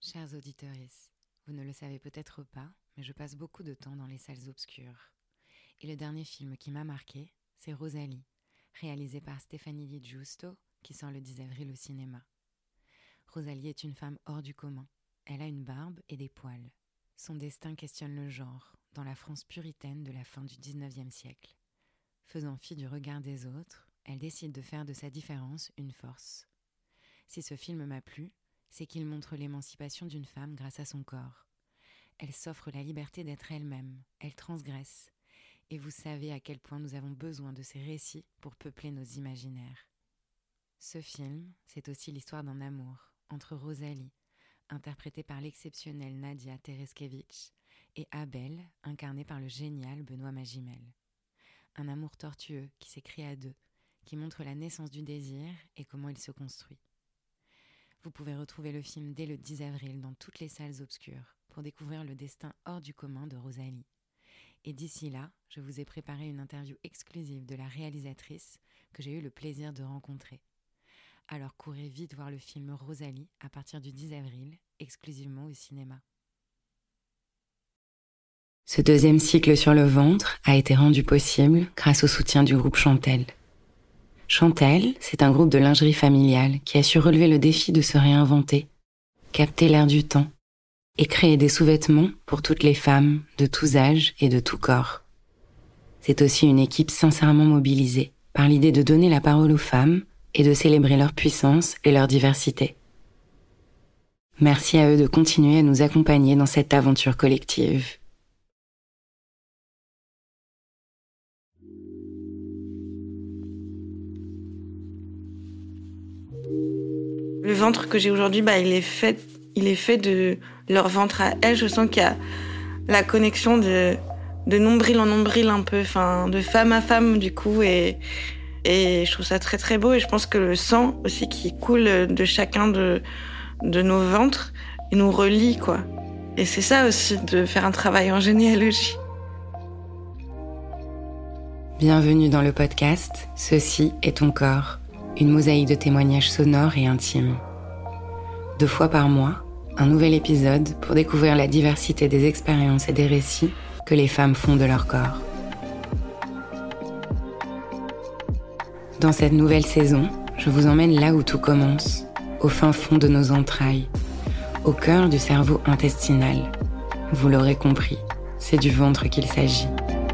Chers auditeurs, vous ne le savez peut-être pas, mais je passe beaucoup de temps dans les salles obscures. Et le dernier film qui m'a marqué, c'est Rosalie, réalisé par Stéphanie Di Giusto, qui sort le 10 avril au cinéma. Rosalie est une femme hors du commun. Elle a une barbe et des poils. Son destin questionne le genre, dans la France puritaine de la fin du 19e siècle. Faisant fi du regard des autres, elle décide de faire de sa différence une force. Si ce film m'a plu, c'est qu'il montre l'émancipation d'une femme grâce à son corps. Elle s'offre la liberté d'être elle-même, elle transgresse. Et vous savez à quel point nous avons besoin de ces récits pour peupler nos imaginaires. Ce film, c'est aussi l'histoire d'un amour entre Rosalie, interprétée par l'exceptionnelle Nadia Tereskevich, et Abel, incarné par le génial Benoît Magimel. Un amour tortueux qui s'écrit à deux, qui montre la naissance du désir et comment il se construit. Vous pouvez retrouver le film dès le 10 avril dans toutes les salles obscures pour découvrir le destin hors du commun de Rosalie. Et d'ici là, je vous ai préparé une interview exclusive de la réalisatrice que j'ai eu le plaisir de rencontrer. Alors courez vite voir le film Rosalie à partir du 10 avril, exclusivement au cinéma. Ce deuxième cycle sur le ventre a été rendu possible grâce au soutien du groupe Chantel. Chantel, c'est un groupe de lingerie familiale qui a su relever le défi de se réinventer, capter l'air du temps et créer des sous-vêtements pour toutes les femmes, de tous âges et de tout corps. C'est aussi une équipe sincèrement mobilisée par l'idée de donner la parole aux femmes et de célébrer leur puissance et leur diversité. Merci à eux de continuer à nous accompagner dans cette aventure collective. Le ventre que j'ai aujourd'hui, il est fait de leur ventre à elles. Je sens qu'il y a la connexion de nombril en nombril un peu, de femme à femme du coup, et je trouve ça très très beau. Et je pense que le sang aussi qui coule de chacun de nos ventres, il nous relie quoi. Et c'est ça aussi de faire un travail en généalogie. Bienvenue dans le podcast « Ceci est ton corps », une mosaïque de témoignages sonores et intimes. 2 fois par mois, un nouvel épisode pour découvrir la diversité des expériences et des récits que les femmes font de leur corps. Dans cette nouvelle saison, je vous emmène là où tout commence, au fin fond de nos entrailles, au cœur du cerveau intestinal. Vous l'aurez compris, c'est du ventre qu'il s'agit.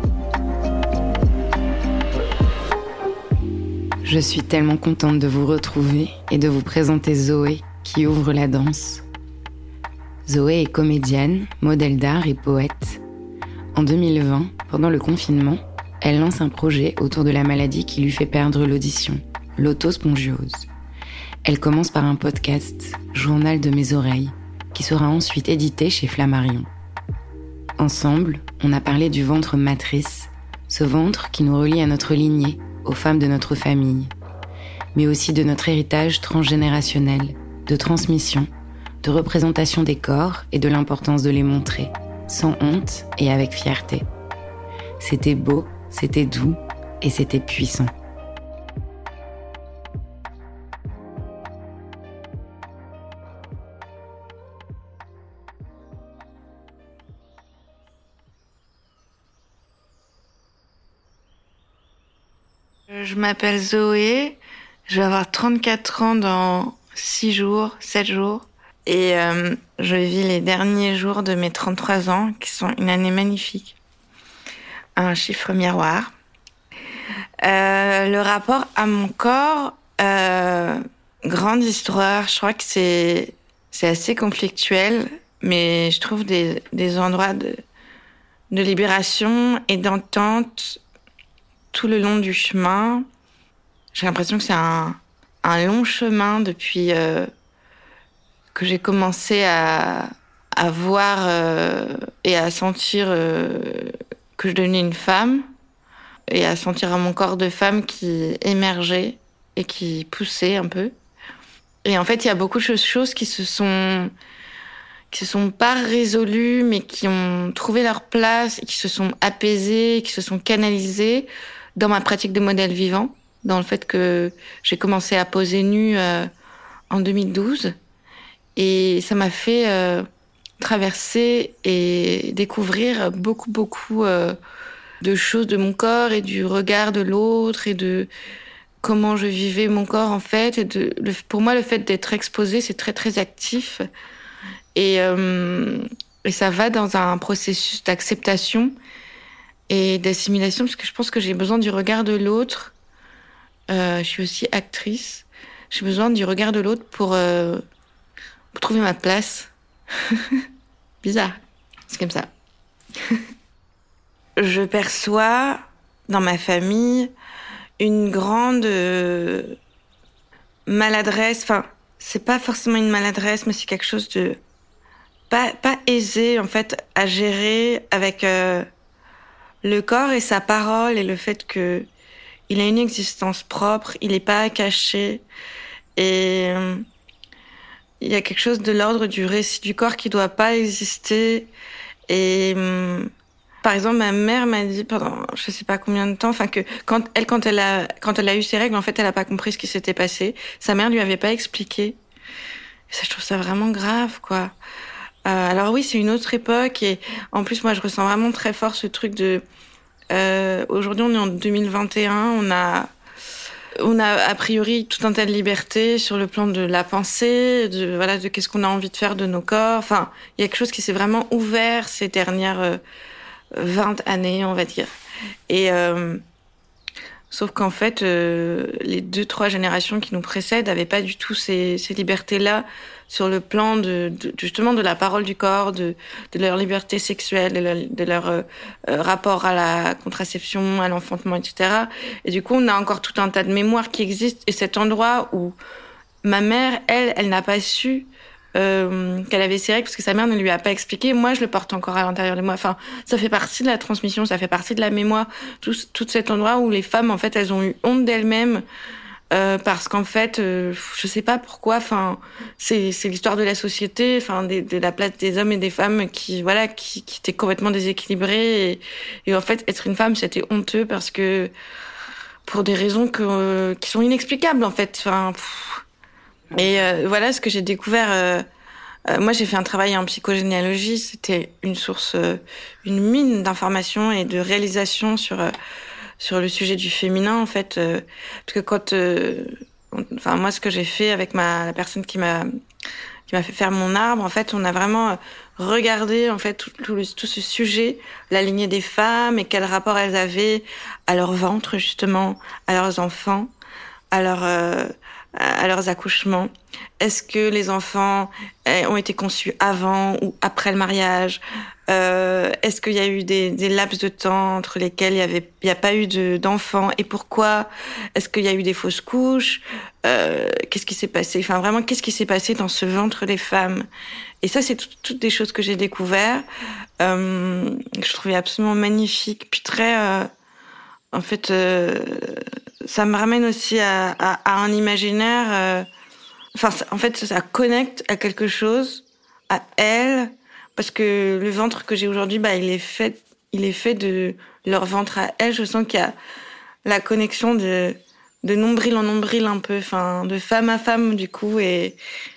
Je suis tellement contente de vous retrouver et de vous présenter Zoé, qui ouvre la danse. Zoé est comédienne, modèle d'art et poète. En 2020, pendant le confinement, elle lance un projet autour de la maladie qui lui fait perdre l'audition, l'autospongiose. Elle commence par un podcast, Journal de mes oreilles, qui sera ensuite édité chez Flammarion. Ensemble, on a parlé du ventre matrice, ce ventre qui nous relie à notre lignée, aux femmes de notre famille, mais aussi de notre héritage transgénérationnel, de transmission, de représentation des corps et de l'importance de les montrer, sans honte et avec fierté. C'était beau, c'était doux et c'était puissant. Je m'appelle Zoé, je vais avoir 34 ans dans 6 jours, 7 jours. Et je vis les derniers jours de mes 33 ans, qui sont une année magnifique. Un chiffre miroir. Le rapport à mon corps, grande histoire, je crois que c'est assez conflictuel, mais je trouve des endroits de libération et d'entente tout le long du chemin. J'ai l'impression que c'est un long chemin depuis que j'ai commencé à voir et à sentir que je devenais une femme et à sentir mon corps de femme qui émergeait et qui poussait un peu. Et en fait, il y a beaucoup de choses qui se sont pas résolues, mais qui ont trouvé leur place, et qui se sont apaisées, qui se sont canalisées dans ma pratique de modèle vivant, dans le fait que j'ai commencé à poser nue en 2012 Et ça m'a fait traverser et découvrir beaucoup de choses de mon corps et du regard de l'autre et de comment je vivais mon corps en fait. Pour moi, le fait d'être exposé, c'est très très actif et ça va dans un processus d'acceptation et d'assimilation parce que je pense que j'ai besoin du regard de l'autre. Je suis aussi actrice. J'ai besoin du regard de l'autre pour trouver ma place. Bizarre. C'est comme ça. Je perçois dans ma famille une grande maladresse. Enfin, c'est pas forcément une maladresse, mais c'est quelque chose de pas aisé en fait à gérer avec le corps et sa parole et le fait que il a une existence propre, il n'est pas caché et il y a quelque chose de l'ordre du récit du corps qui doit pas exister et par exemple, ma mère m'a dit pendant je sais pas combien de temps, enfin que quand elle a eu ses règles, en fait, elle a pas compris ce qui s'était passé. Sa mère lui avait pas expliqué. Et ça, je trouve ça vraiment grave, quoi. Alors oui, c'est une autre époque et en plus, moi, je ressens vraiment très fort ce truc de. Aujourd'hui, on est en 2021, on a a priori tout un tas de libertés sur le plan de la pensée, de qu'est-ce qu'on a envie de faire de nos corps. Enfin, il y a quelque chose qui s'est vraiment ouvert ces dernières 20 années, on va dire. Et sauf qu'en fait, les 2-3 générations qui nous précèdent n'avaient pas du tout ces libertés-là sur le plan justement de la parole du corps, de leur liberté sexuelle, de leur rapport à la contraception, à l'enfantement, etc. Et du coup, on a encore tout un tas de mémoires qui existent. Et cet endroit où ma mère, elle n'a pas su qu'elle avait ses règles parce que sa mère ne lui a pas expliqué. Moi, je le porte encore à l'intérieur de moi. Enfin, ça fait partie de la transmission, ça fait partie de la mémoire. Tout cet endroit où les femmes, en fait, elles ont eu honte d'elles-mêmes parce qu'en fait, je sais pas pourquoi. Enfin, c'est l'histoire de la société, enfin, de la place des hommes et des femmes qui étaient complètement déséquilibrées. Et en fait, être une femme, c'était honteux parce que pour des raisons qui sont inexplicables, en fait. Enfin. Et voilà ce que j'ai découvert. Moi, j'ai fait un travail en psychogénéalogie. C'était une source, une mine d'informations et de réalisations sur le sujet du féminin, en fait. Parce que enfin, moi, ce que j'ai fait avec la personne qui m'a fait faire mon arbre, en fait, on a vraiment regardé, en fait, tout ce sujet, la lignée des femmes et quel rapport elles avaient à leur ventre, justement, à leurs enfants, à leurs accouchements. Est-ce que les enfants ont été conçus avant ou après le mariage? Est-ce qu'il y a eu des laps de temps entre lesquels il y a pas eu d'enfants et pourquoi? Est-ce qu'il y a eu des fausses couches? Qu'est-ce qui s'est passé? Enfin, vraiment, qu'est-ce qui s'est passé dans ce ventre des femmes? Et ça, c'est toutes des choses que j'ai découvert. Je trouvais absolument magnifique, puis très. En fait, ça me ramène aussi à un imaginaire. Enfin, en fait, ça connecte à quelque chose, à elle, parce que le ventre que j'ai aujourd'hui, il est fait de leur ventre à elle. Je sens qu'il y a la connexion de nombril en nombril un peu, enfin, de femme à femme du coup, et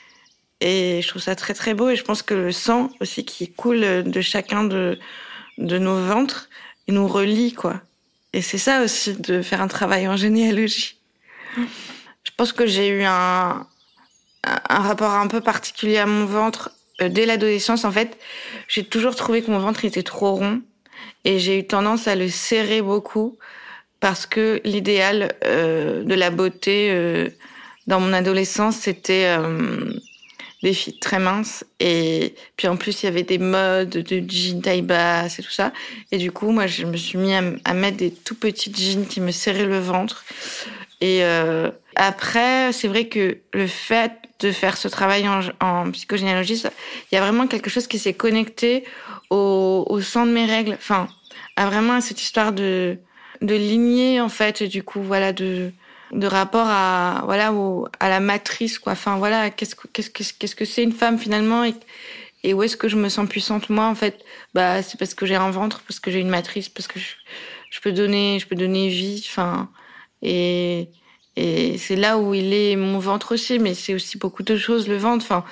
je trouve ça très très beau. Et je pense que le sang aussi qui coule de chacun de nos ventres, il nous relie, quoi. Et c'est ça aussi, de faire un travail en généalogie. Je pense que j'ai eu un rapport un peu particulier à mon ventre dès l'adolescence. En fait, j'ai toujours trouvé que mon ventre était trop rond et j'ai eu tendance à le serrer beaucoup parce que l'idéal de la beauté dans mon adolescence, c'était des filles très minces. Et puis en plus, il y avait des modes de jeans taille basse et tout ça. Et du coup, moi, je me suis mis à mettre des tout petits jeans qui me serraient le ventre. Et après, c'est vrai que le fait de faire ce travail en psychogénéalogie, il y a vraiment quelque chose qui s'est connecté au sang de mes règles. Enfin, à cette histoire de lignée, en fait, du coup, voilà, de rapport à la matrice, quoi. Enfin, voilà, qu'est-ce que c'est une femme, finalement, et où est-ce que je me sens puissante, moi, en fait. C'est parce que j'ai un ventre, parce que j'ai une matrice, parce que je peux donner vie, enfin, et c'est là où il est mon ventre aussi, mais c'est aussi beaucoup de choses, le ventre. Enfin,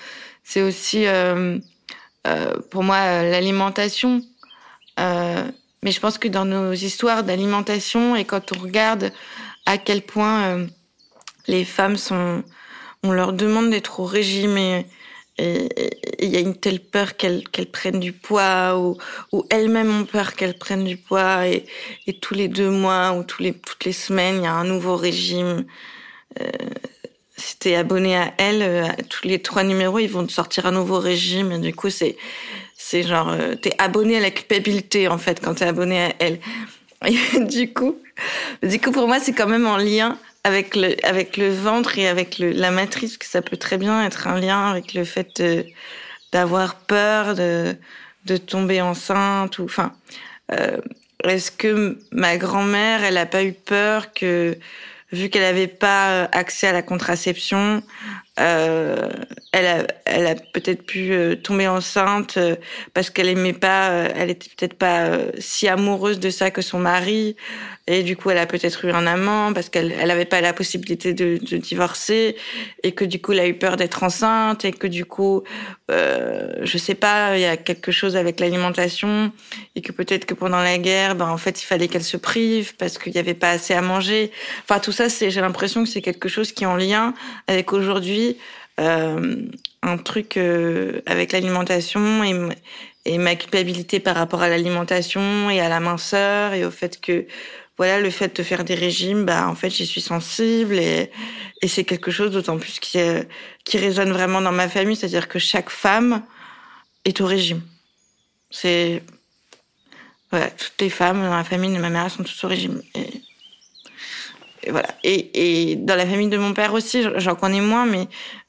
c'est aussi pour moi l'alimentation. Mais je pense que dans nos histoires d'alimentation et quand on regarde à quel point les femmes on leur demande d'être au régime et il y a une telle peur qu'elles prennent du poids ou elles-mêmes ont peur qu'elles prennent du poids et tous les 2 mois ou toutes les semaines il y a un nouveau régime. Si t'es abonné à elle, tous les 3 numéros ils vont te sortir un nouveau régime et du coup c'est genre t'es abonné à la culpabilité en fait quand t'es abonné à elle. Et du coup pour moi c'est quand même en lien avec le ventre et avec la matrice, que ça peut très bien être un lien avec le fait d'avoir peur de tomber enceinte ou enfin est-ce que ma grand-mère elle a pas eu peur que vu qu'elle avait pas accès à la contraception elle a peut-être pu tomber enceinte parce qu'elle aimait pas elle était peut-être pas si amoureuse de ça que son mari et du coup elle a peut-être eu un amant parce qu'elle avait pas la possibilité de divorcer et que du coup elle a eu peur d'être enceinte et que du coup je sais pas il y a quelque chose avec l'alimentation et que peut-être que pendant la guerre en fait il fallait qu'elle se prive parce qu'il y avait pas assez à manger. Enfin tout ça j'ai l'impression que c'est quelque chose qui est en lien avec aujourd'hui un truc avec l'alimentation et ma culpabilité par rapport à l'alimentation et à la minceur et au fait que voilà le fait de faire des régimes en fait j'y suis sensible et c'est quelque chose d'autant plus qui résonne vraiment dans ma famille, c'est-à-dire que chaque femme est au régime. C'est voilà, toutes les femmes dans la famille de ma mère sont toutes au régime et voilà. Et dans la famille de mon père aussi, j'en connais moins, mais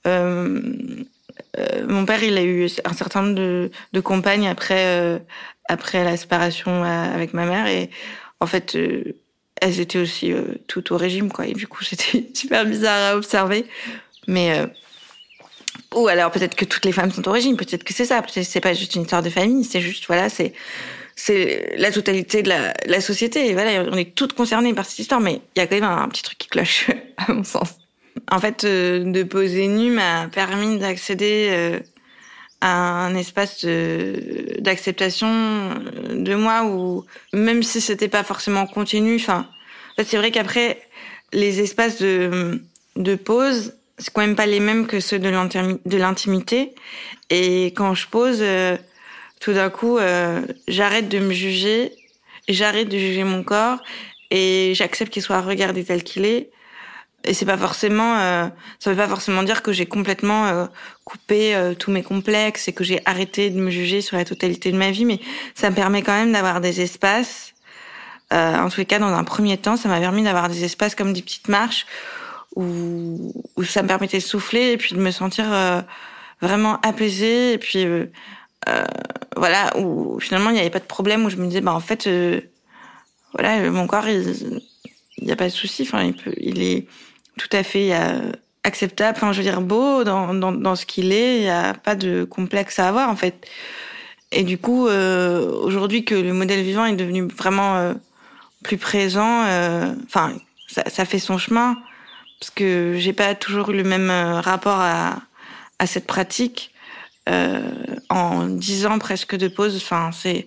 mon père, il a eu un certain nombre de compagnes après la séparation avec ma mère. Et en fait, elles étaient aussi toutes au régime, quoi. Et du coup, c'était super bizarre à observer. Mais ou alors peut-être que toutes les femmes sont au régime. Peut-être que c'est ça. Peut-être que c'est pas juste une histoire de famille. C'est juste, voilà, c'est la totalité de la société. Et voilà, on est toutes concernées par cette histoire, mais il y a quand même un petit truc qui cloche, à mon sens. En fait, de poser nu m'a permis d'accéder à un espace d'acceptation de moi où, même si c'était pas forcément continu, enfin, en fait, c'est vrai qu'après, les espaces de pause, c'est quand même pas les mêmes que ceux de l'intimité. Et quand je pose, tout d'un coup, j'arrête de me juger, j'arrête de juger mon corps et j'accepte qu'il soit regardé tel qu'il est. Et c'est pas forcément, ça veut pas forcément dire que j'ai complètement coupé tous mes complexes et que j'ai arrêté de me juger sur la totalité de ma vie, mais ça me permet quand même d'avoir des espaces. En tous les cas, dans un premier temps, ça m'a permis d'avoir des espaces comme des petites marches où ça me permettait de souffler et puis de me sentir vraiment apaisée et puis voilà, où finalement il n'y avait pas de problème, où je me disais en fait voilà, mon corps il y a pas de souci, enfin il est tout à fait acceptable, enfin je veux dire beau dans ce qu'il est, il y a pas de complexe à avoir en fait. Et du coup aujourd'hui que le modèle vivant est devenu vraiment plus présent, enfin ça fait son chemin parce que j'ai pas toujours eu le même rapport à cette pratique en 10 ans presque de pause. Enfin c'est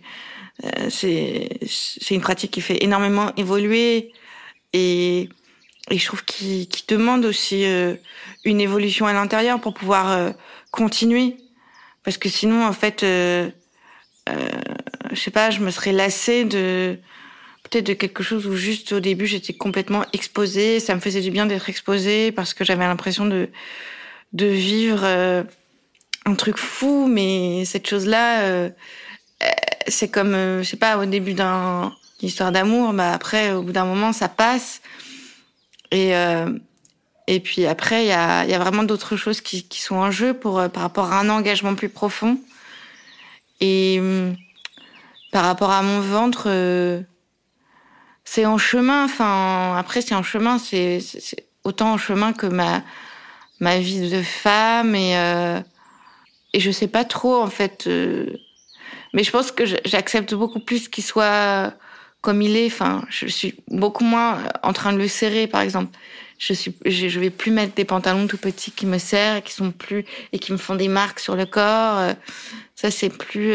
une pratique qui fait énormément évoluer et je trouve qu'il demande aussi une évolution à l'intérieur pour pouvoir continuer. Parce que sinon, en fait, je sais pas, je me serais lassée peut-être de quelque chose où juste au début, j'étais complètement exposée. Ça me faisait du bien d'être exposée parce que j'avais l'impression de vivre un truc fou. Mais cette chose-là, c'est comme, je sais pas, au début d'une histoire d'amour, après, au bout d'un moment, ça passe. Et puis après, il y a vraiment d'autres choses qui sont en jeu par rapport à un engagement plus profond. Et par rapport à mon ventre, c'est en chemin. Enfin, après, c'est en chemin. C'est autant en chemin que ma vie de femme. Et je sais pas trop, en fait. Mais je pense que j'accepte beaucoup plus qu'il soit comme il est. Enfin, je suis beaucoup moins en train de le serrer, par exemple. je vais plus mettre des pantalons tout petits qui me serrent, et qui me font des marques sur le corps. Ça, c'est plus,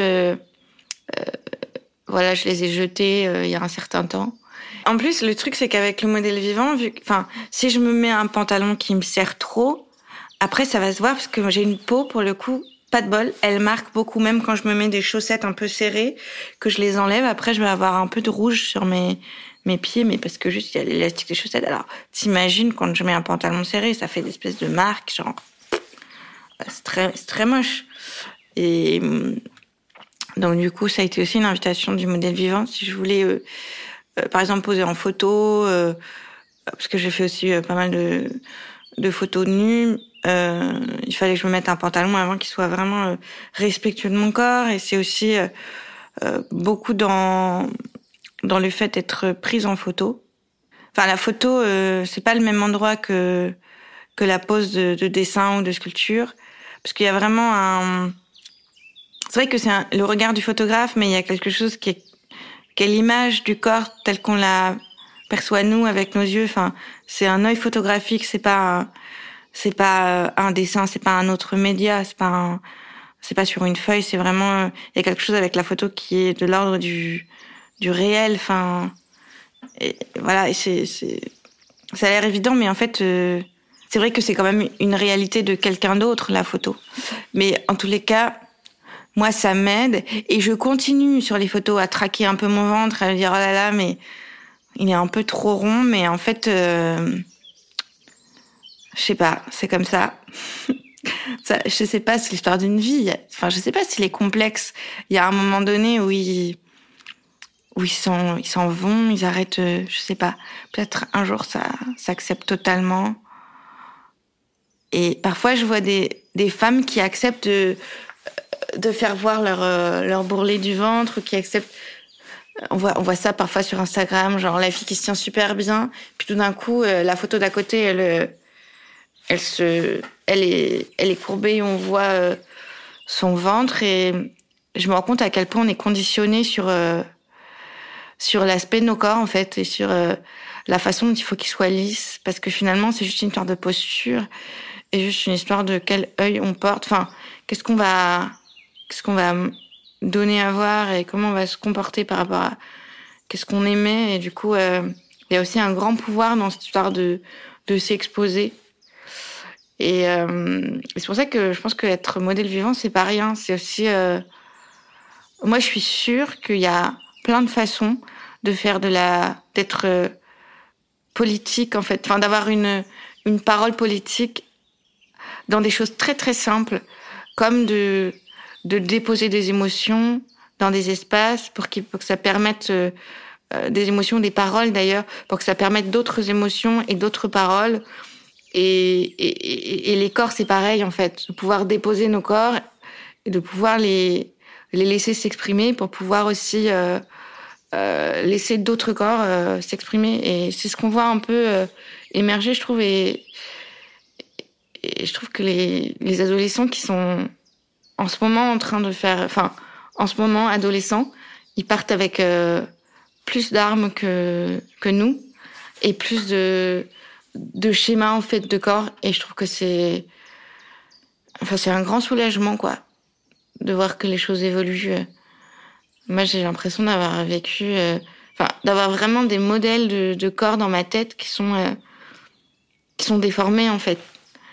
voilà, je les ai jetés il y a un certain temps. En plus, le truc, c'est qu'avec le modèle vivant, si je me mets un pantalon qui me serre trop, après, ça va se voir parce que j'ai une peau, pour le coup, pas de bol. Elle marque beaucoup, même quand je me mets des chaussettes un peu serrées, que je les enlève. Après, je vais avoir un peu de rouge sur mes pieds, mais parce que juste, il y a l'élastique des chaussettes. Alors, t'imagines, quand je mets un pantalon serré, ça fait des espèces de marques, genre, c'est très moche. Et donc, du coup, ça a été aussi une invitation du modèle vivant. Si je voulais, par exemple, poser en photo, parce que j'ai fait aussi pas mal de photos nues, il fallait que je me mette un pantalon avant qu'il soit vraiment respectueux de mon corps. Et c'est aussi beaucoup dans le fait d'être prise en photo. Enfin, la photo, c'est pas le même endroit que la pose de dessin ou de sculpture, parce qu'il y a vraiment c'est vrai que c'est le regard du photographe, mais il y a quelque chose qui est l'image du corps telle qu'on la perçoit nous avec nos yeux. Enfin, c'est un œil photographique, c'est pas un dessin, c'est pas un autre média, c'est pas sur une feuille, c'est vraiment, il y a quelque chose avec la photo qui est de l'ordre du réel. Enfin, et voilà, et ça a l'air évident, mais en fait, c'est vrai que c'est quand même une réalité de quelqu'un d'autre, la photo. Mais en tous les cas, moi, ça m'aide, et je continue sur les photos à traquer un peu mon ventre, à me dire, oh là là, mais il est un peu trop rond, mais en fait, je sais pas, c'est comme ça. Je sais pas, c'est l'histoire d'une vie. Enfin, je sais pas s'il est complexe. Il y a un moment donné où ils s'en vont, ils arrêtent, je sais pas. Peut-être un jour ça s'accepte totalement. Et parfois, je vois des femmes qui acceptent de faire voir leur bourrelet du ventre, qui acceptent. On voit ça parfois sur Instagram, genre la fille qui se tient super bien, puis tout d'un coup, la photo d'à côté, elle est courbée et on voit son ventre, et je me rends compte à quel point on est conditionné sur l'aspect de nos corps, en fait, et sur la façon dont il faut qu'il soit lisse, parce que finalement, c'est juste une histoire de posture et juste une histoire de quel œil on porte. Enfin, qu'est-ce qu'on va donner à voir et comment on va se comporter par rapport à qu'est-ce qu'on aimait. Et du coup, il y a aussi un grand pouvoir dans cette histoire de s'exposer. Et c'est pour ça que je pense que être modèle vivant, c'est pas rien. C'est aussi... moi, je suis sûre qu'il y a plein de façons de faire d'être politique, en fait. Enfin, d'avoir une parole politique dans des choses très, très simples, comme de déposer des émotions dans des espaces pour que ça permette... des émotions, des paroles d'ailleurs, pour que ça permette d'autres émotions et d'autres paroles. Et les corps, c'est pareil, en fait. De pouvoir déposer nos corps et de pouvoir les laisser s'exprimer pour pouvoir aussi laisser d'autres corps s'exprimer. Et c'est ce qu'on voit un peu émerger, je trouve. Et je trouve que les adolescents qui sont en ce moment en train de faire... Enfin, en ce moment, adolescents, ils partent avec plus d'armes que nous et plus de schémas, en fait, de corps. Et je trouve que c'est un grand soulagement, quoi, de voir que les choses évoluent. Moi, j'ai l'impression d'avoir vécu... d'avoir vraiment des modèles de corps dans ma tête qui sont déformés, en fait.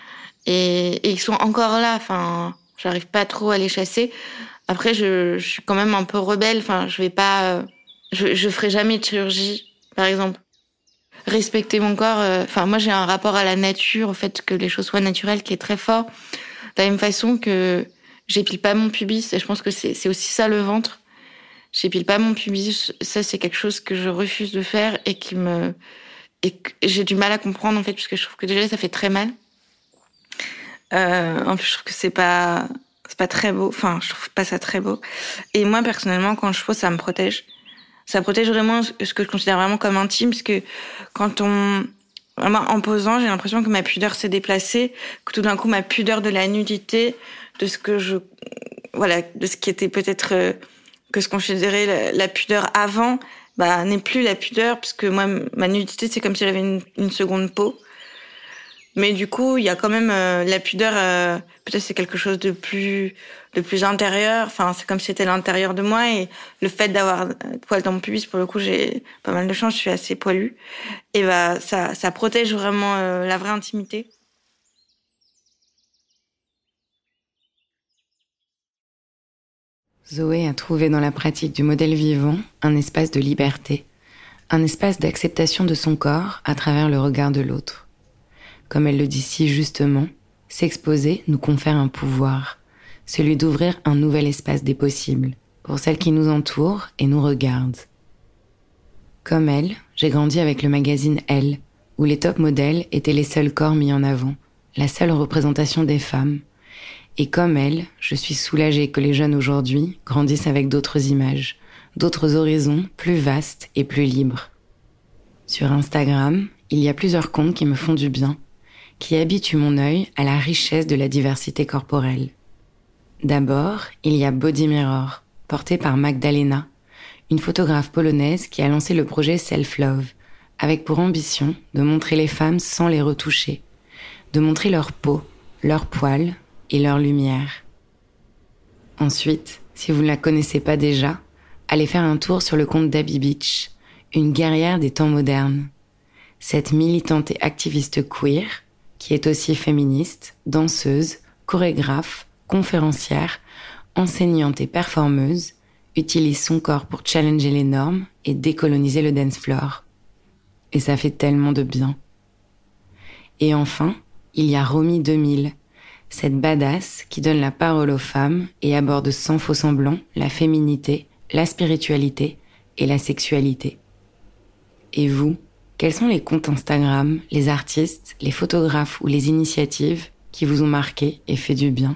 Et ils sont encore là. Enfin, j'arrive pas trop à les chasser. Après, je suis quand même un peu rebelle. Enfin, je vais pas... je ferai jamais de chirurgie, par exemple. Respecter mon corps... moi, j'ai un rapport à la nature, au fait que les choses soient naturelles, qui est très fort. De la même façon que j'épile pas mon pubis. Et je pense que c'est aussi ça, le ventre. J'épile pas mon pubis. Ça, c'est quelque chose que je refuse de faire et que j'ai du mal à comprendre, en fait, parce que je trouve que déjà, ça fait très mal. En plus, je trouve que c'est pas très beau. Enfin, je trouve pas ça très beau. Et moi, personnellement, quand je pose, ça me protège. Ça protège vraiment ce que je considère vraiment comme intime, parce que vraiment, en posant, j'ai l'impression que ma pudeur s'est déplacée, que tout d'un coup, ma pudeur de la nudité, de ce qui était peut-être, que ce qu'on considérait la pudeur avant, n'est plus la pudeur, parce que moi, ma nudité, c'est comme si j'avais une seconde peau. Mais du coup, il y a quand même la pudeur. Peut-être c'est quelque chose de plus intérieur. Enfin, c'est comme si c'était l'intérieur de moi. Et le fait d'avoir poil dans mon pubis, pour le coup, j'ai pas mal de chance. Je suis assez poilue. Et bah, ça protège vraiment la vraie intimité. Zoé a trouvé dans la pratique du modèle vivant un espace de liberté, un espace d'acceptation de son corps à travers le regard de l'autre. Comme elle le dit si justement, s'exposer nous confère un pouvoir, celui d'ouvrir un nouvel espace des possibles pour celles qui nous entourent et nous regardent. Comme elle, j'ai grandi avec le magazine Elle, où les top modèles étaient les seuls corps mis en avant, la seule représentation des femmes. Et comme elle, je suis soulagée que les jeunes aujourd'hui grandissent avec d'autres images, d'autres horizons plus vastes et plus libres. Sur Instagram, il y a plusieurs comptes qui me font du bien, qui habituent mon œil à la richesse de la diversité corporelle. D'abord, il y a Body Mirror, porté par Magdalena, une photographe polonaise qui a lancé le projet Self Love, avec pour ambition de montrer les femmes sans les retoucher, de montrer leur peau, leurs poils et leur lumière. Ensuite, si vous ne la connaissez pas déjà, allez faire un tour sur le compte d'Abby Beach, une guerrière des temps modernes. Cette militante et activiste queer, qui est aussi féministe, danseuse, chorégraphe, conférencière, enseignante et performeuse, utilise son corps pour challenger les normes et décoloniser le dance floor. Et ça fait tellement de bien. Et enfin, il y a Romy 2000, cette badass qui donne la parole aux femmes et aborde sans faux semblant la féminité, la spiritualité et la sexualité. Et vous, quels sont les comptes Instagram, les artistes, les photographes ou les initiatives qui vous ont marqué et fait du bien ?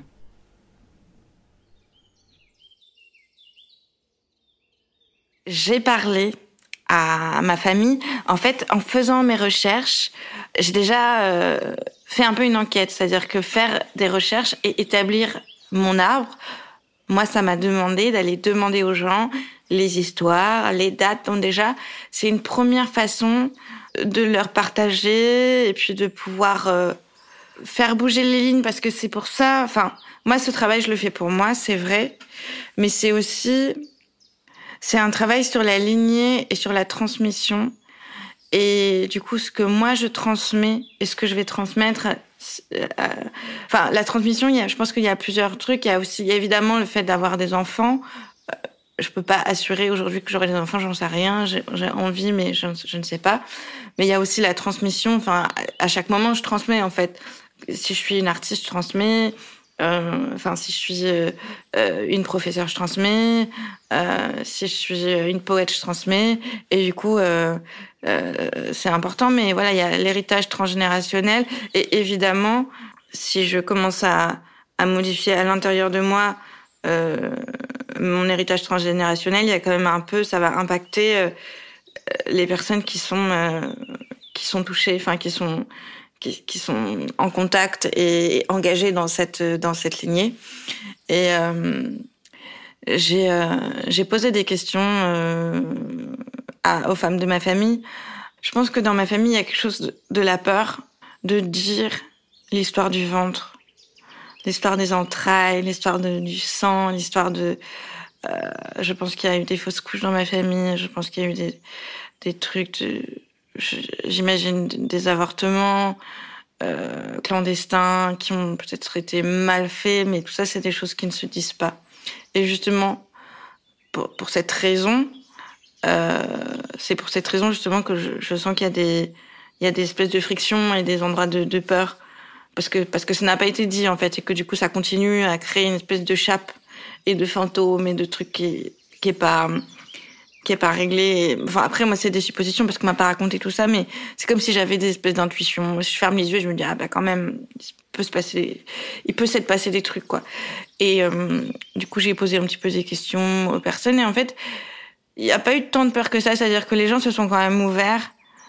J'ai parlé à ma famille. En fait, en faisant mes recherches, j'ai déjà fait un peu une enquête. C'est-à-dire que faire des recherches et établir mon arbre, moi, ça m'a demandé d'aller demander aux gens les histoires, les dates. Donc déjà, c'est une première façon de leur partager et puis de pouvoir faire bouger les lignes, parce que c'est pour ça... Enfin, moi, ce travail, je le fais pour moi, c'est vrai. Mais c'est aussi... C'est un travail sur la lignée et sur la transmission. Et du coup, ce que moi, je transmets et ce que je vais transmettre... Enfin, la transmission, je pense qu'il y a plusieurs trucs. Il y a évidemment le fait d'avoir des enfants. Je peux pas assurer aujourd'hui que j'aurai des enfants, j'en sais rien. J'ai envie, mais je ne sais pas. Mais il y a aussi la transmission. Enfin, à chaque moment, je transmets, en fait. Si je suis une artiste, je transmets. Si je suis une professeure, je transmets. Si je suis une poète, je transmets. Et du coup, c'est important. Mais voilà, il y a l'héritage transgénérationnel. Et évidemment, si je commence à modifier à l'intérieur de moi mon héritage transgénérationnel, il y a quand même un peu, ça va impacter les personnes qui sont touchées, enfin qui sont en contact et engagées dans cette lignée. Et j'ai posé des questions aux femmes de ma famille. Je pense que dans ma famille, il y a quelque chose de la peur de dire l'histoire du ventre, l'histoire des entrailles, l'histoire du sang, l'histoire de... je pense qu'il y a eu des fausses couches dans ma famille, je pense qu'il y a eu des trucs j'imagine des avortements clandestins qui ont peut-être été mal faits, mais tout ça, c'est des choses qui ne se disent pas. Et justement, pour cette raison, c'est pour cette raison justement que je sens qu'il y a des espèces de frictions et des endroits de peur, parce que ça n'a pas été dit en fait, et que du coup ça continue à créer une espèce de chape et de fantômes et de trucs qui est pas réglé. Enfin, après, moi, c'est des suppositions parce qu'on m'a pas raconté tout ça, mais c'est comme si j'avais des espèces d'intuitions. Je ferme les yeux et je me dis, ah, bah, quand même, il peut s'être passé des trucs, quoi. Et, du coup, j'ai posé un petit peu des questions aux personnes et en fait, il n'y a pas eu tant de peur que ça. C'est-à-dire que les gens se sont quand même ouverts,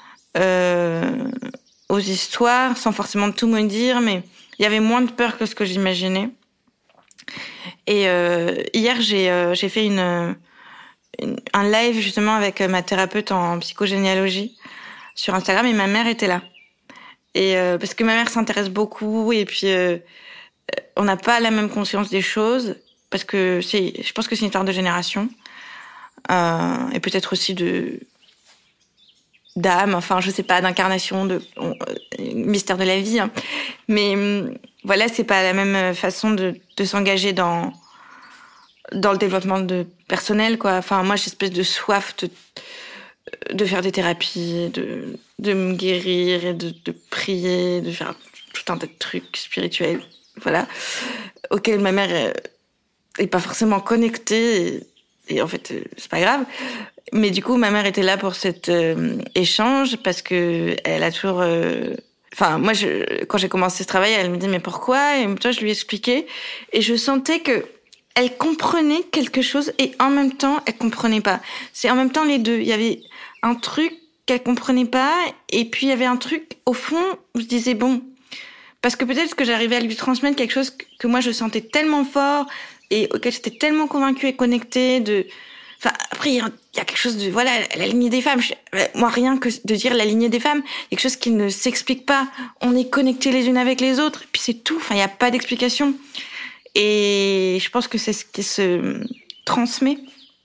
aux histoires sans forcément tout me dire, mais il y avait moins de peur que ce que j'imaginais. Et, hier, j'ai fait un live justement avec ma thérapeute en psychogénéalogie sur Instagram et ma mère était là. Et parce que ma mère s'intéresse beaucoup et puis on n'a pas la même conscience des choses parce que je pense que c'est une histoire de génération et peut-être aussi d'âme, enfin je sais pas, d'incarnation, mystère de la vie. Hein. Mais voilà, c'est pas la même façon de s'engager dans le développement personnel, quoi. Enfin moi j'ai une espèce de soif de faire des thérapies, de me guérir et de prier, de faire tout un tas de trucs spirituels, voilà, auxquels ma mère est pas forcément connectée et en fait c'est pas grave. Mais du coup ma mère était là pour cet échange parce que elle a toujours enfin moi quand j'ai commencé ce travail elle me dit mais pourquoi, et toi je lui expliquais et je sentais que elle comprenait quelque chose et en même temps elle comprenait pas. C'est en même temps les deux. Il y avait un truc qu'elle comprenait pas et puis il y avait un truc au fond où je disais bon, parce que peut-être que j'arrivais à lui transmettre quelque chose que moi je sentais tellement fort et auquel j'étais tellement convaincue et connectée enfin après il y a quelque chose de voilà, la lignée des femmes. Moi rien que de dire la lignée des femmes, quelque chose qui ne s'explique pas. On est connectés les unes avec les autres et puis c'est tout. Enfin il y a pas d'explication. Et je pense que c'est ce qui se transmet.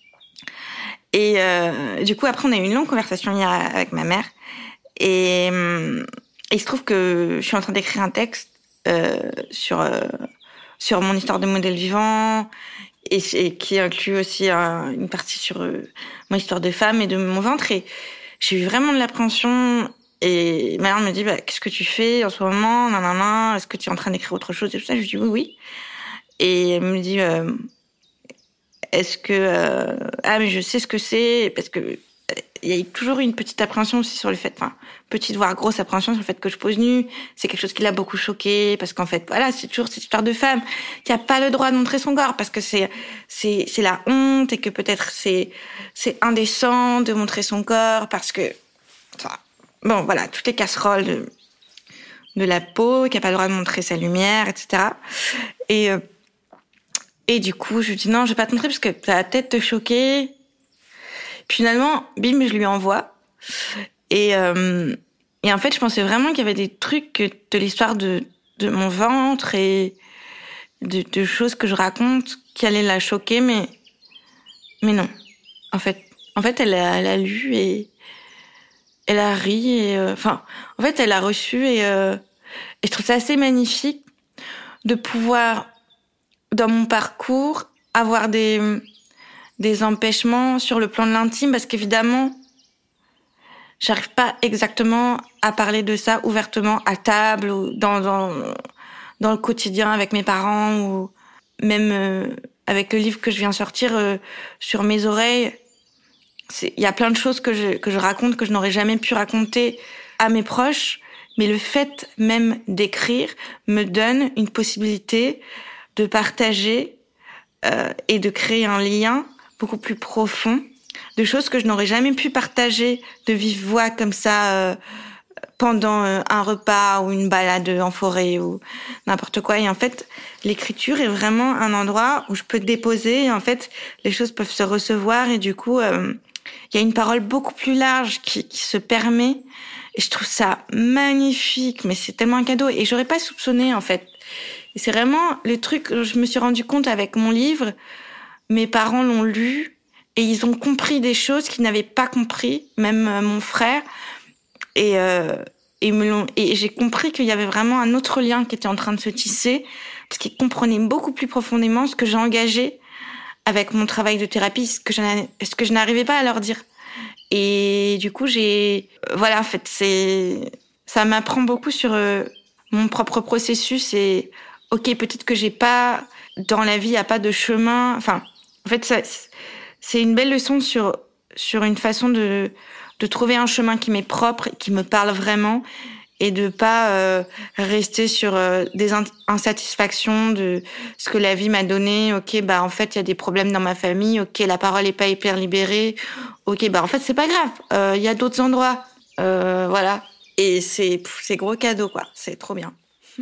Et du coup, après, on a eu une longue conversation hier avec ma mère. Et il se trouve que je suis en train d'écrire un texte sur mon histoire de modèle vivant et qui inclut aussi une partie sur mon histoire de femme et de mon ventre. Et j'ai eu vraiment de l'appréhension. Et ma mère me dit, qu'est-ce que tu fais en ce moment? Nanana, est-ce que tu es en train d'écrire autre chose? Et tout ça, je lui dis oui, oui. Et elle me dit, est-ce que... mais je sais ce que c'est, parce que il y a toujours une petite appréhension aussi sur le fait, enfin, petite voire grosse appréhension sur le fait que je pose nue. C'est quelque chose qui l'a beaucoup choqué, parce qu'en fait, voilà, c'est toujours cette histoire de femme qui a pas le droit de montrer son corps, parce que c'est la honte, et que peut-être c'est indécent de montrer son corps, parce que, enfin, bon, voilà, toutes les casseroles de la peau, qui a pas le droit de montrer sa lumière, etc. Et du coup, je lui dis non, je vais pas te montrer parce que ça va peut-être te choquer. Puis finalement, bim, je lui envoie. Et en fait, je pensais vraiment qu'il y avait des trucs de l'histoire de mon ventre et de choses que je raconte qui allaient la choquer, mais non. En fait, elle a lu et elle a ri et en fait, elle a reçu et je trouve ça assez magnifique de pouvoir dans mon parcours avoir des empêchements sur le plan de l'intime, parce qu'évidemment j'arrive pas exactement à parler de ça ouvertement à table ou dans le quotidien avec mes parents ou même avec le livre que je viens sortir sur mes oreilles. Il y a plein de choses que je raconte que je n'aurais jamais pu raconter à mes proches, mais le fait même d'écrire me donne une possibilité de partager et de créer un lien beaucoup plus profond, de choses que je n'aurais jamais pu partager de vive voix comme ça pendant un repas ou une balade en forêt ou n'importe quoi. Et en fait, l'écriture est vraiment un endroit où je peux déposer et en fait, les choses peuvent se recevoir et du coup, il y a une parole beaucoup plus large qui se permet et je trouve ça magnifique, mais c'est tellement un cadeau et j'aurais pas soupçonné en fait. Et c'est vraiment le truc que je me suis rendu compte avec mon livre. Mes parents l'ont lu et ils ont compris des choses qu'ils n'avaient pas compris, même mon frère. Et j'ai compris qu'il y avait vraiment un autre lien qui était en train de se tisser, parce qu'ils comprenaient beaucoup plus profondément ce que j'ai engagé avec mon travail de thérapie, ce que je n'arrivais pas à leur dire. Et du coup, voilà, en fait, ça m'apprend beaucoup sur mon propre processus et ok, peut-être que j'ai pas, dans la vie, il n'y a pas de chemin. Enfin, en fait, c'est une belle leçon sur une façon de trouver un chemin qui m'est propre, qui me parle vraiment, et de pas rester sur des insatisfactions de ce que la vie m'a donné. Ok, en fait, il y a des problèmes dans ma famille. Ok, la parole est pas hyper libérée. Ok, en fait, c'est pas grave. Il y a d'autres endroits. Voilà. Et c'est gros cadeau, quoi. C'est trop bien.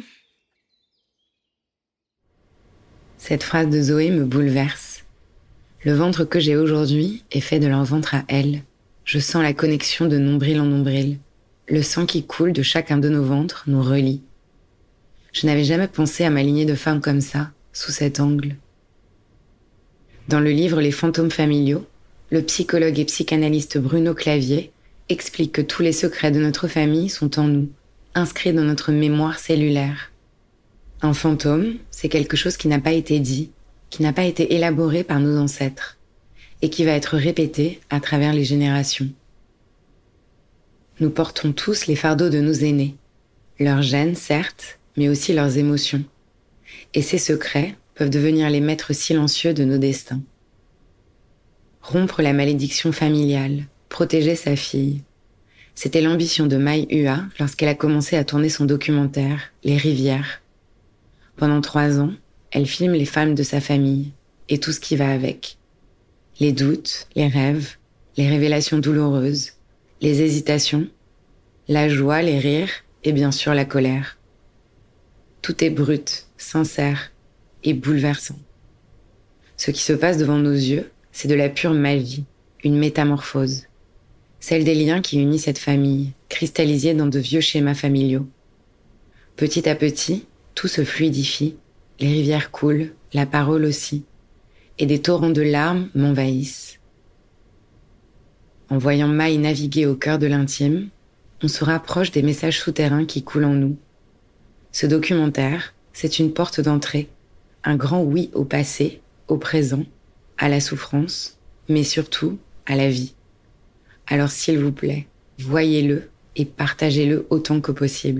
Cette phrase de Zoé me bouleverse. Le ventre que j'ai aujourd'hui est fait de leur ventre à elles. Je sens la connexion de nombril en nombril. Le sang qui coule de chacun de nos ventres nous relie. Je n'avais jamais pensé à ma lignée de femmes comme ça, sous cet angle. Dans le livre Les fantômes familiaux, le psychologue et psychanalyste Bruno Clavier explique que tous les secrets de notre famille sont en nous, inscrits dans notre mémoire cellulaire. Un fantôme, c'est quelque chose qui n'a pas été dit, qui n'a pas été élaboré par nos ancêtres, et qui va être répété à travers les générations. Nous portons tous les fardeaux de nos aînés, leurs gènes certes, mais aussi leurs émotions. Et ces secrets peuvent devenir les maîtres silencieux de nos destins. Rompre la malédiction familiale, protéger sa fille. C'était l'ambition de Mai Hua lorsqu'elle a commencé à tourner son documentaire « Les rivières ». Pendant 3 ans, elle filme les femmes de sa famille et tout ce qui va avec. Les doutes, les rêves, les révélations douloureuses, les hésitations, la joie, les rires et bien sûr la colère. Tout est brut, sincère et bouleversant. Ce qui se passe devant nos yeux, c'est de la pure magie, une métamorphose. Celle des liens qui unissent cette famille, cristallisée dans de vieux schémas familiaux. Petit à petit, tout se fluidifie, les rivières coulent, la parole aussi, et des torrents de larmes m'envahissent. En voyant Mai naviguer au cœur de l'intime, on se rapproche des messages souterrains qui coulent en nous. Ce documentaire, c'est une porte d'entrée, un grand oui au passé, au présent, à la souffrance, mais surtout à la vie. Alors s'il vous plaît, voyez-le et partagez-le autant que possible.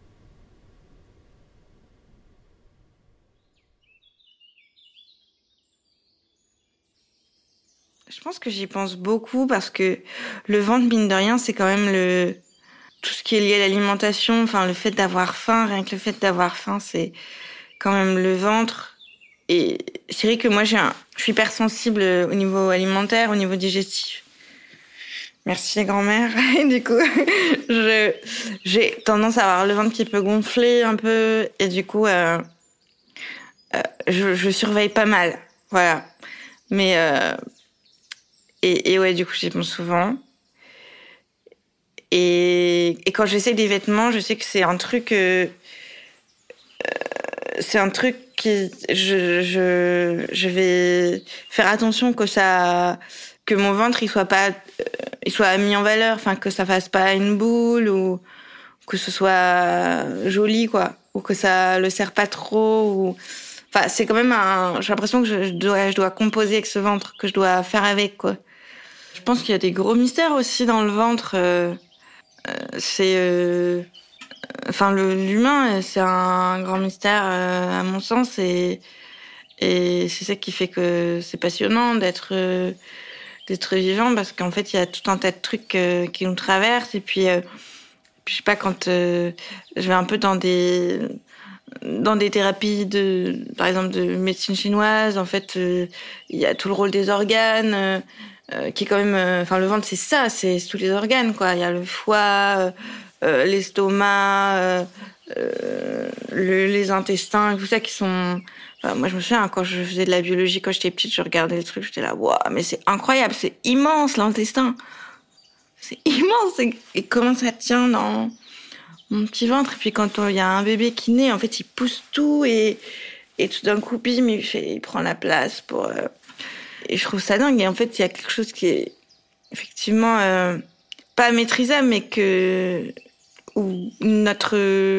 Je pense que j'y pense beaucoup parce que le ventre, mine de rien, c'est quand même tout ce qui est lié à l'alimentation. Enfin, le fait d'avoir faim, rien que le fait d'avoir faim, c'est quand même le ventre. Et c'est vrai que moi, je suis hypersensible au niveau alimentaire, au niveau digestif. Merci les grand-mères. Et du coup, j'ai tendance à avoir le ventre qui peut gonfler un peu. Et du coup, je surveille pas mal. Voilà. Mais... Et ouais, du coup, j'y pense souvent. Et quand j'essaie des vêtements, je sais que c'est un truc... c'est un truc qui... Je vais faire attention que mon ventre, il soit mis en valeur. Enfin, que ça fasse pas une boule ou que ce soit joli, quoi. Ou que ça le serre pas trop ou... Enfin, c'est quand même j'ai l'impression que je dois composer avec ce ventre, que je dois faire avec, quoi. Je pense qu'il y a des gros mystères aussi dans le ventre. L'humain, c'est un grand mystère à mon sens, et c'est ça qui fait que c'est passionnant d'être vivant, parce qu'en fait, il y a tout un tas de trucs qui nous traversent. Et puis je sais pas, quand je vais un peu dans des thérapies par exemple de médecine chinoise, en fait, il y a tout le rôle des organes. Qui est quand même... le ventre, c'est ça, c'est tous les organes, quoi. Il y a le foie, l'estomac, les intestins, tout ça qui sont... moi, je me souviens, quand je faisais de la biologie, quand j'étais petite, je regardais les trucs, j'étais là, waouh, mais c'est incroyable, c'est immense, l'intestin. C'est immense. Et comment ça tient dans mon petit ventre. Et puis quand il y a un bébé qui naît, en fait, il pousse tout et tout d'un coup, bim, il prend la place pour... Et je trouve ça dingue. Et en fait, il y a quelque chose qui est effectivement pas maîtrisable, mais où notre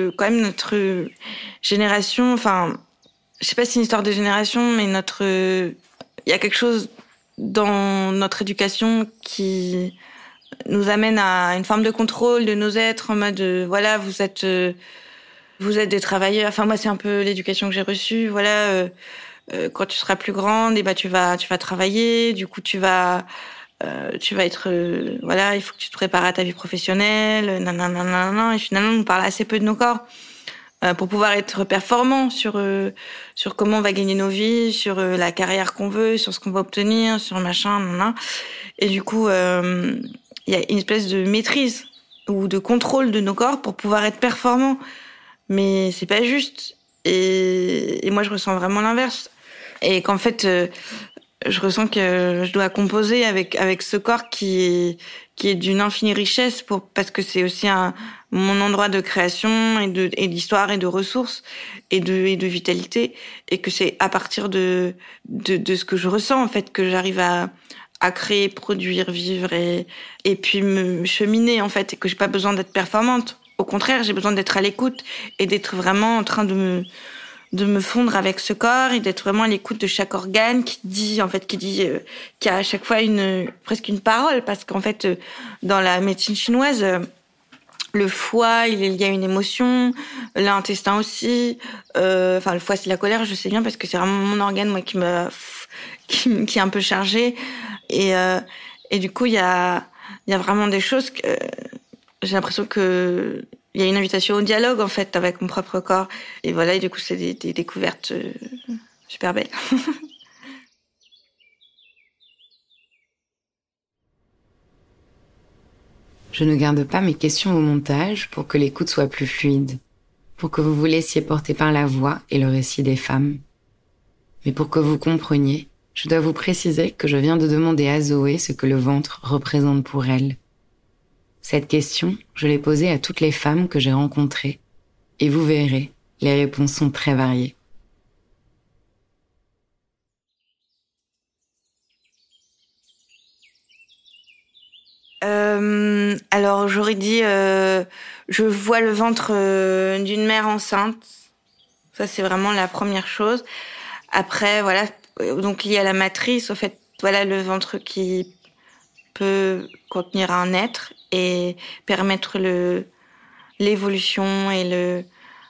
génération, enfin, je sais pas si c'est une histoire de génération, mais il y a quelque chose dans notre éducation qui nous amène à une forme de contrôle de nos êtres, en mode voilà, vous êtes des travailleurs. Enfin, moi, c'est un peu l'éducation que j'ai reçue. Voilà, quand tu seras plus grande, et tu vas travailler. Du coup, tu vas être voilà, il faut que tu te prépares à ta vie professionnelle. Nanana. Et finalement, on parle assez peu de nos corps pour pouvoir être performant sur comment on va gagner nos vies, sur la carrière qu'on veut, sur ce qu'on va obtenir, sur machin, nanana. Et du coup, il y a une espèce de maîtrise ou de contrôle de nos corps pour pouvoir être performant. Mais c'est pas juste. Et moi, je ressens vraiment l'inverse. Et qu'en fait, je ressens que je dois composer avec ce corps qui est d'une infinie richesse parce que c'est aussi mon endroit de création et d'histoire et de ressources et de vitalité, et que c'est à partir de ce que je ressens, en fait, que j'arrive à créer, produire, vivre et puis me cheminer, en fait, et que j'ai pas besoin d'être performante. Au contraire, j'ai besoin d'être à l'écoute et d'être vraiment en train de me fondre avec ce corps et d'être vraiment à l'écoute de chaque organe qui a à chaque fois presque une parole, parce qu'en fait, dans la médecine chinoise, le foie, il y a une émotion, l'intestin aussi, le foie c'est la colère, je sais bien, parce que c'est vraiment mon organe, moi, qui est un peu chargé, et du coup, il y a vraiment des choses que j'ai l'impression que il y a une invitation au dialogue, en fait, avec mon propre corps. Et voilà, et du coup, c'est des découvertes super belles. Je ne garde pas mes questions au montage pour que l'écoute soit plus fluide, pour que vous vous laissiez porter par la voix et le récit des femmes. Mais pour que vous compreniez, je dois vous préciser que je viens de demander à Zoé ce que le ventre représente pour elle. Cette question, je l'ai posée à toutes les femmes que j'ai rencontrées, et vous verrez, les réponses sont très variées. Alors j'aurais dit, je vois le ventre d'une mère enceinte. Ça, c'est vraiment la première chose. Après, voilà, donc lié à la matrice, au fait, voilà, le ventre qui peut contenir un être et permettre l'évolution et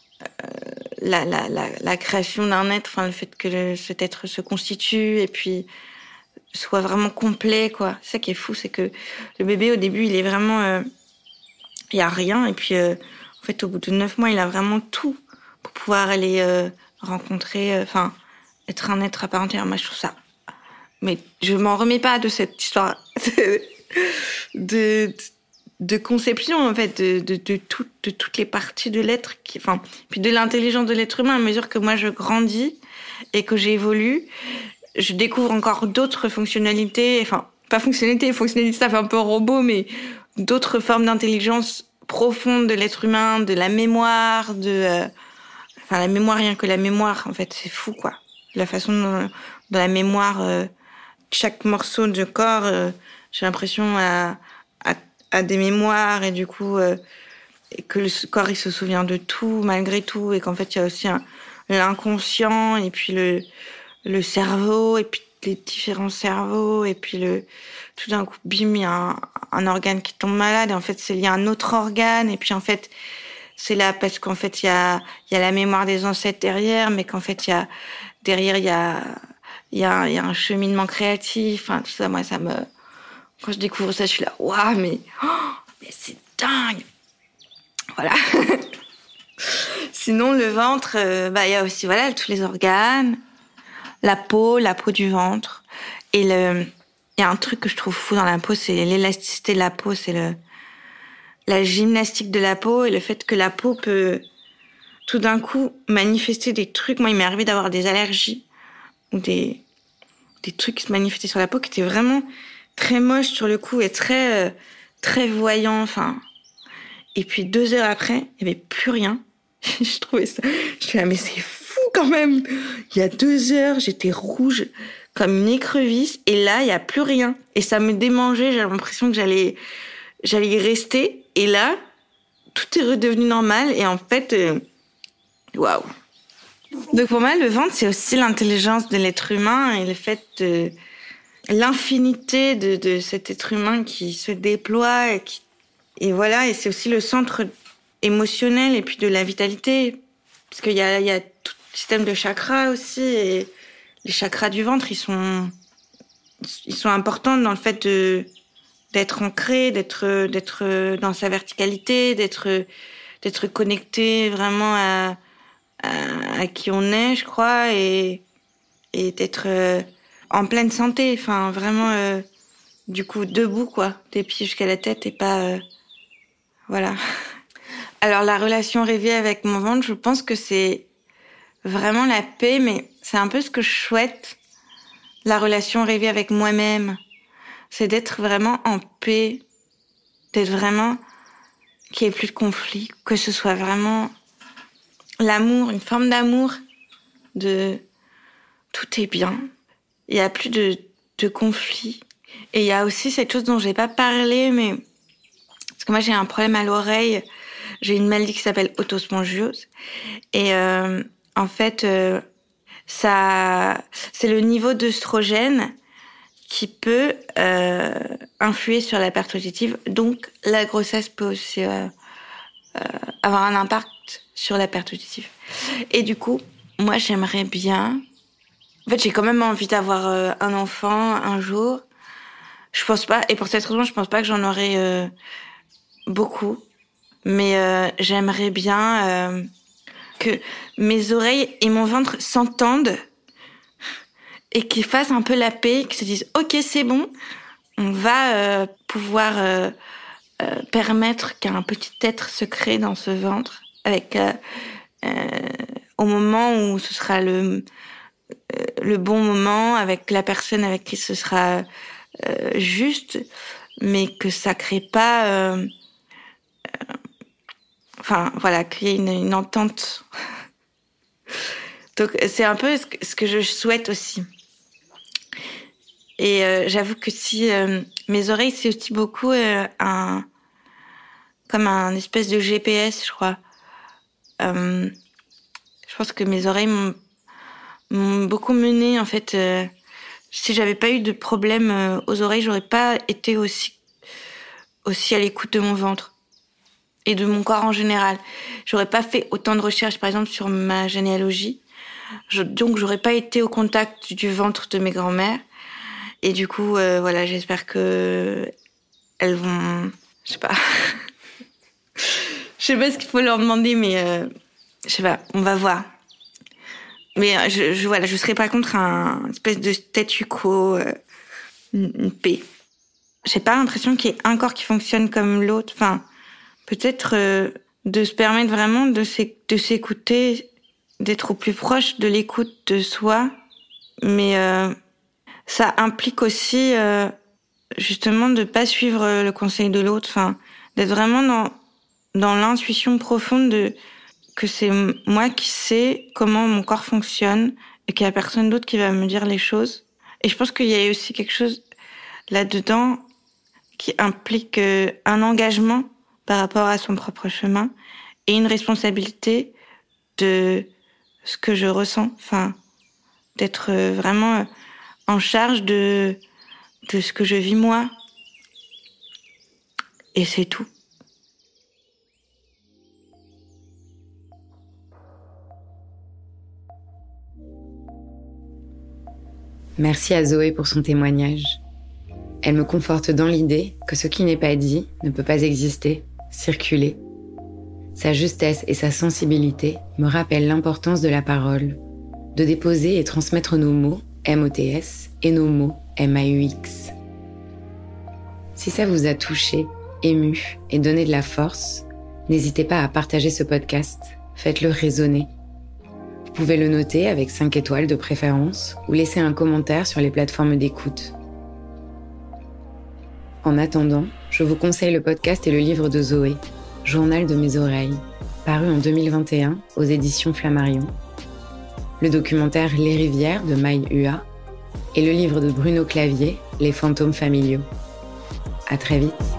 la création d'un être, enfin, le fait que cet être se constitue et puis soit vraiment complet, quoi. C'est ça qui est fou, c'est que le bébé, au début, il est vraiment, il y a rien, et puis, en fait, au bout de 9 mois, il a vraiment tout pour pouvoir aller rencontrer, enfin, être un être à part entière. Moi, je trouve ça. Mais je m'en remets pas de cette histoire de conception, en fait, de toutes les parties de l'être, puis de l'intelligence de l'être humain. À mesure que moi je grandis et que j'évolue, je découvre encore d'autres fonctionnalités, enfin, pas fonctionnalité, ça fait un peu robot, mais d'autres formes d'intelligence profonde de l'être humain, de la mémoire, la mémoire, rien que la mémoire, en fait, c'est fou, quoi. La façon dont la mémoire, chaque morceau de corps, j'ai l'impression à des mémoires, et du coup, et que le corps, il se souvient de tout, malgré tout, et qu'en fait, il y a aussi l'inconscient, et puis le cerveau, et puis les différents cerveaux, et puis tout d'un coup, bim, il y a un organe qui tombe malade, et en fait, c'est lié à un autre organe, et puis en fait, c'est là parce qu'en fait, il y a la mémoire des ancêtres derrière, mais qu'en fait, derrière, il y a un cheminement créatif, enfin, tout ça, moi, quand je découvre ça, je suis là, waouh, mais c'est dingue! Voilà. Sinon, le ventre, il y a aussi, voilà, tous les organes, la peau du ventre. Et il y a un truc que je trouve fou dans la peau, c'est l'élasticité de la peau, c'est la gymnastique de la peau, et le fait que la peau peut tout d'un coup manifester des trucs. Moi, il m'est arrivé d'avoir des allergies ou des trucs qui se manifestaient sur la peau qui étaient vraiment très moches sur le coup et très, très voyants, enfin. Et puis 2 heures après, il n'y avait plus rien. Je trouvais ça. Je suis là, mais c'est fou quand même. Il y a 2 heures, j'étais rouge comme une écrevisse, et là, il n'y a plus rien. Et ça me démangeait, j'avais l'impression que j'allais y rester. Et là, tout est redevenu normal, et en fait, waouh. Donc pour moi, le ventre, c'est aussi l'intelligence de l'être humain et le fait de l'infinité de cet être humain qui se déploie et voilà, et c'est aussi le centre émotionnel et puis de la vitalité, parce qu'il y a tout le système de chakras aussi, et les chakras du ventre, ils sont importants dans le fait d'être ancré, d'être dans sa verticalité, d'être connecté vraiment à qui on est, je crois, et d'être en pleine santé, enfin vraiment du coup debout, quoi, des pieds jusqu'à la tête, et pas voilà. Alors la relation rêvée avec mon ventre, je pense que c'est vraiment la paix, mais c'est un peu ce que je souhaite, la relation rêvée avec moi-même. C'est d'être vraiment en paix, d'être vraiment qu'il n'y ait plus de conflit, que ce soit vraiment l'amour, une forme d'amour, de tout est bien. Il n'y a plus de conflit. Et il y a aussi cette chose dont j'ai pas parlé, mais parce que moi j'ai un problème à l'oreille, j'ai une maladie qui s'appelle otospongiose. Et en fait, ça, c'est le niveau d'œstrogène qui peut influer sur la perte auditive. Donc, la grossesse peut aussi avoir un impact sur la perte auditive. Et du coup, moi, j'aimerais bien... En fait, j'ai quand même envie d'avoir un enfant un jour. Je pense pas, et pour cette raison, je pense pas que j'en aurai beaucoup. Mais j'aimerais bien que mes oreilles et mon ventre s'entendent et qu'ils fassent un peu la paix, qu'ils se disent « Ok, c'est bon, on va pouvoir permettre qu'un petit être se crée dans ce ventre avec au moment où ce sera le bon moment, avec la personne avec qui ce sera juste, mais que ça crée pas... Enfin, voilà, qu'il y ait une entente. Donc, c'est un peu ce que je souhaite aussi. Et j'avoue que si mes oreilles, c'est aussi beaucoup comme un espèce de GPS, je crois. Je pense que mes oreilles m'ont beaucoup menée, en fait. Si j'avais pas eu de problème aux oreilles, j'aurais pas été aussi à l'écoute de mon ventre et de mon corps en général. J'aurais pas fait autant de recherches, par exemple, sur ma généalogie. Donc, j'aurais pas été au contact du ventre de mes grands-mères. Et du coup, voilà, j'espère que elles vont... Je sais pas. Je sais pas ce qu'il faut leur demander, mais je sais pas, on va voir. Mais voilà, je serais pas contre un espèce de statu quo, une paix. J'ai pas l'impression qu'il y ait un corps qui fonctionne comme l'autre. Enfin, peut-être de se permettre vraiment de s'écouter, d'être au plus proche de l'écoute de soi. Mais ça implique aussi justement de pas suivre le conseil de l'autre. Enfin, d'être vraiment dans l'intuition profonde que c'est moi qui sais comment mon corps fonctionne et qu'il y a personne d'autre qui va me dire les choses. Et je pense qu'il y a aussi quelque chose là-dedans qui implique un engagement par rapport à son propre chemin et une responsabilité de ce que je ressens. Enfin, d'être vraiment en charge de ce que je vis moi. Et c'est tout. Merci à Zoé pour son témoignage. Elle me conforte dans l'idée que ce qui n'est pas dit ne peut pas exister, circuler. Sa justesse et sa sensibilité me rappellent l'importance de la parole, de déposer et transmettre nos mots, M-O-T-S, et nos mots, M-A-U-X. Si ça vous a touché, ému et donné de la force, n'hésitez pas à partager ce podcast, faites-le résonner. Vous pouvez le noter avec 5 étoiles de préférence ou laisser un commentaire sur les plateformes d'écoute. En attendant, je vous conseille le podcast et le livre de Zoé, Journal de mes oreilles, paru en 2021 aux éditions Flammarion. Le documentaire Les rivières de Maï Hua et le livre de Bruno Clavier, Les fantômes familiaux. À très vite.